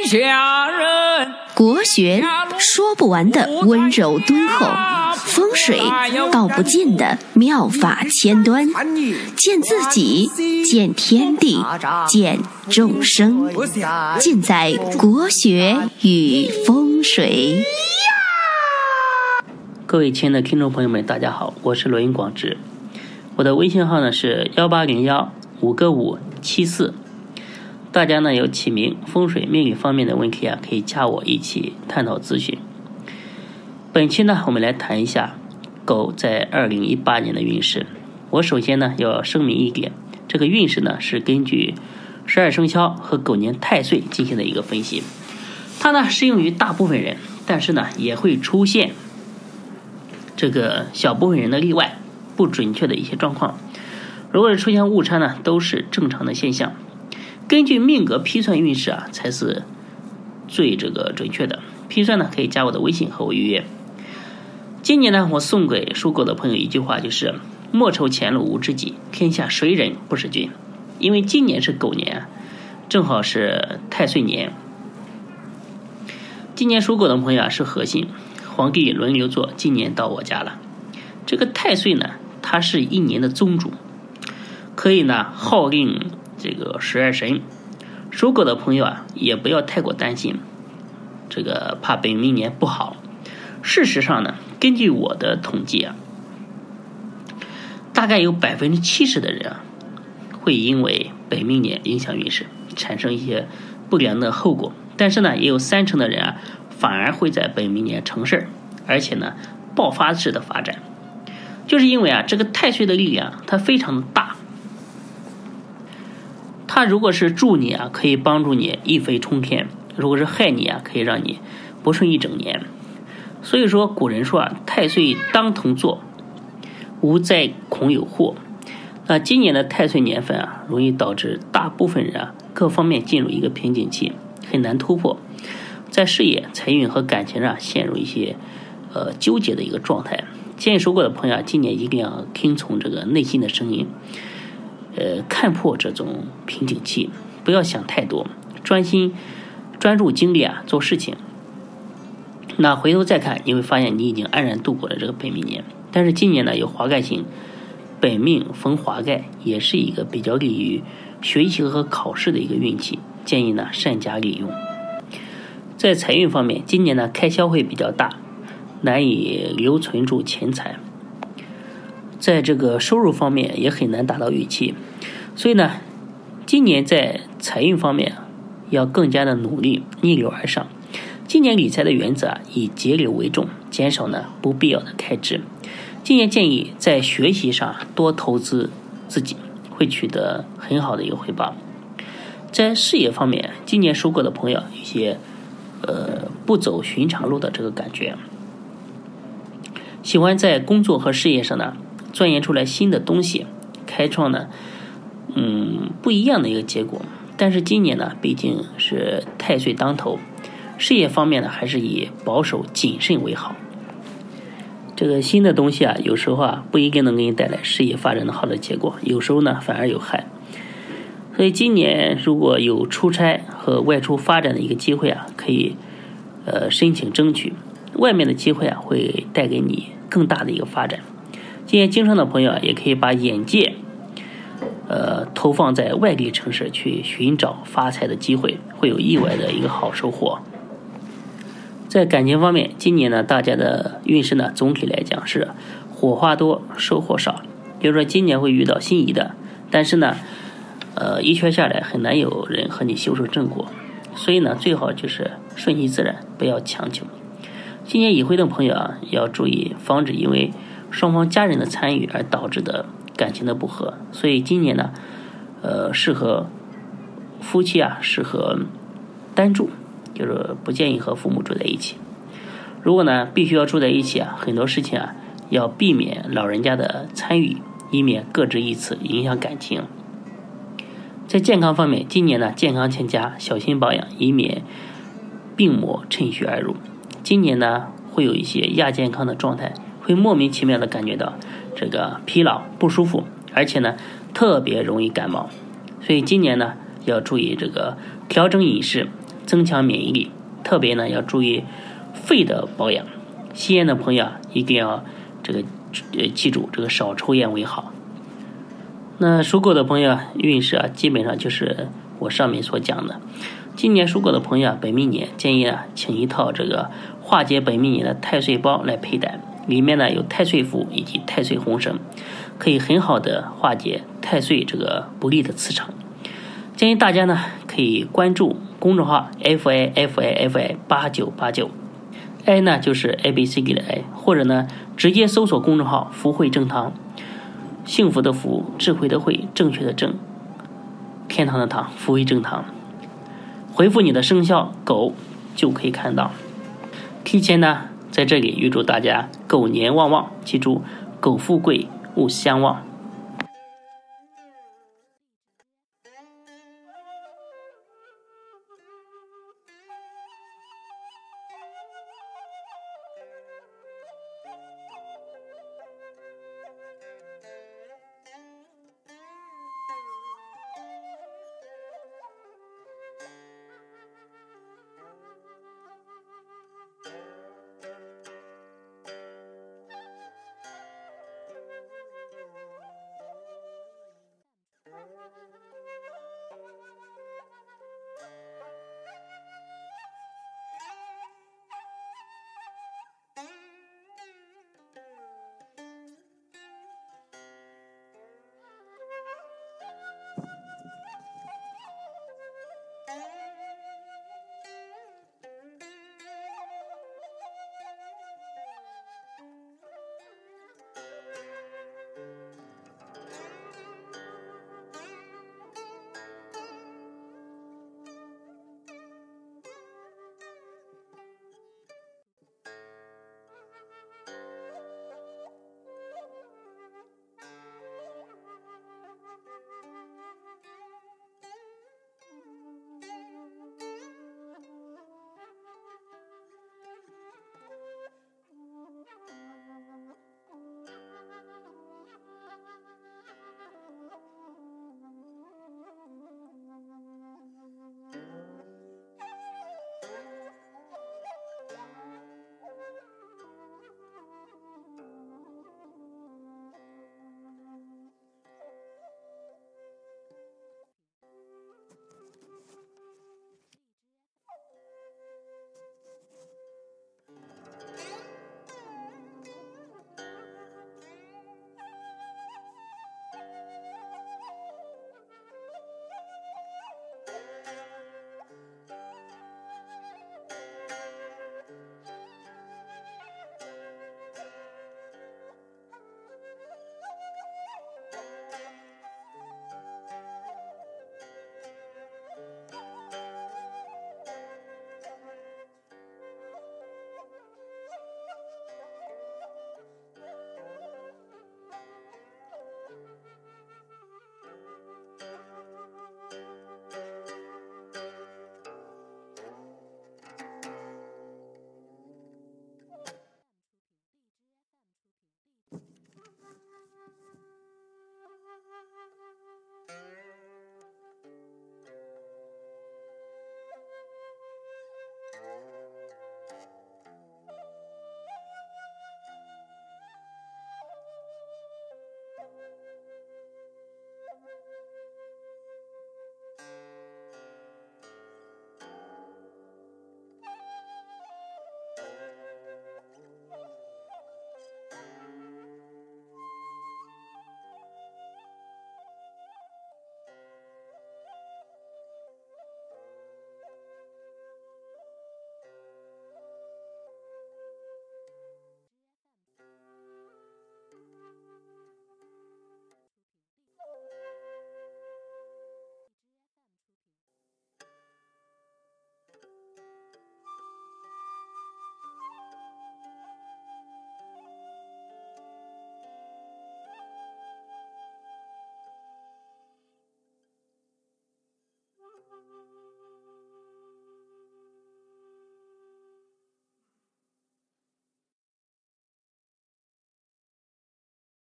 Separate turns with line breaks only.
下人。
国学说不完的温柔敦厚，风水道不尽的妙法千端，见自己，见天地，见众生，尽在国学与风水。
各位亲爱的听众朋友们，大家好，我是罗云广志，我的微信号呢是1801-5个574，大家呢有起名、风水、命理方面的问题啊，可以加我一起探讨咨询。本期呢，我们来谈一下狗在2018年的运势。我首先呢要声明一点，这个运势呢是根据12生肖和狗年太岁进行的一个分析，它呢适用于大部分人，但是呢也会出现这个小部分人的例外，不准确的一些状况。如果是出现误差呢，都是正常的现象。根据命格批算运势啊，才是最准确的。批算呢，可以加我的微信和我预约。今年呢，我送给属狗的朋友一句话，就是莫愁前路无知己，天下谁人不是君。因为今年是狗年啊，正好是太岁年。今年属狗的朋友啊是合星，皇帝轮流坐，今年到我家了。这个太岁呢，它是一年的宗主，可以呢号令这个12神。属狗的朋友啊，也不要太过担心，这个怕本命年不好。事实上呢，根据我的统计啊，大概有70%的人啊，会因为本命年影响运势，产生一些不良的后果。但是呢，也有30%的人啊，反而会在本命年成事，而且呢，爆发式的发展。就是因为啊，这个太岁的力量它非常的大，它如果是助你啊，可以帮助你一飞冲天；如果是害你啊，可以让你不顺一整年。所以说，古人说啊，太岁当头坐，无灾恐有祸。那今年的太岁年份啊，容易导致大部分人啊，各方面进入一个瓶颈期，很难突破，在事业、财运和感情上陷入一些纠结的一个状态。建议属狗的朋友啊，今年一定要听从这个内心的声音，看破这种瓶颈期，不要想太多，专注精力啊做事情。那回头再看，你会发现你已经安然度过了这个本命年。但是今年呢有华盖星，本命逢华盖，也是一个比较利于学习和考试的一个运气，建议呢善加利用。在财运方面，今年呢开销会比较大，难以留存住钱财。在这个收入方面也很难达到预期，所以呢，今年在财运方面要更加的努力，逆流而上。今年理财的原则啊，以节流为重，减少呢不必要的开支。今年建议在学习上多投资自己，会取得很好的一个回报。在事业方面，今年属狗的朋友有一些不走寻常路的这个感觉，喜欢在工作和事业上呢钻研出来新的东西，开创呢不一样的一个结果。但是今年呢毕竟是太岁当头，事业方面呢还是以保守谨慎为好。这个新的东西啊，有时候啊不一定能给你带来事业发展的好的结果，有时候呢反而有害。所以今年如果有出差和外出发展的一个机会啊，可以申请争取，外面的机会啊会带给你更大的一个发展。今年经商的朋友啊，也可以把眼界投放在外地城市去寻找发财的机会，会有意外的一个好收获。在感情方面，今年呢大家的运势呢总体来讲是火花多收获少，比如说今年会遇到心仪的，但是呢一圈下来很难有人和你修成正果，所以呢最好就是顺其自然，不要强求。今年已婚的朋友啊，要注意防止因为双方家人的参与而导致的感情的不和。所以今年呢适合夫妻啊适合单住，就是不建议和父母住在一起。如果呢必须要住在一起啊，很多事情啊要避免老人家的参与，以免各执一词影响感情。在健康方面，今年呢健康欠佳，小心保养，以免病魔趁虚而入。今年呢会有一些亚健康的状态，会莫名其妙的感觉到这个疲劳不舒服，而且呢特别容易感冒。所以今年呢要注意这个调整饮食， 增强免疫力。特别呢要注意肺的保养。吸烟的朋友一定要记住少抽烟为好。那属狗的朋友运势基本上就是我上面所讲的。今年属狗的朋友本命年建议请一套化解本命年的太岁包来佩戴，里面呢有太岁符以及太岁红绳，可以很好的化解太岁不利的磁场。建议大家呢可以关注公众号 FIFIFI8989， I 呢就是 ABCD 的 I， 或者呢直接搜索公众号福慧正堂，幸福的福，智慧的慧，正确的正，天堂的堂，福慧正堂，回复你的生肖狗就可以看到。提前呢在这里预祝大家狗年旺旺，记住狗富贵勿相忘。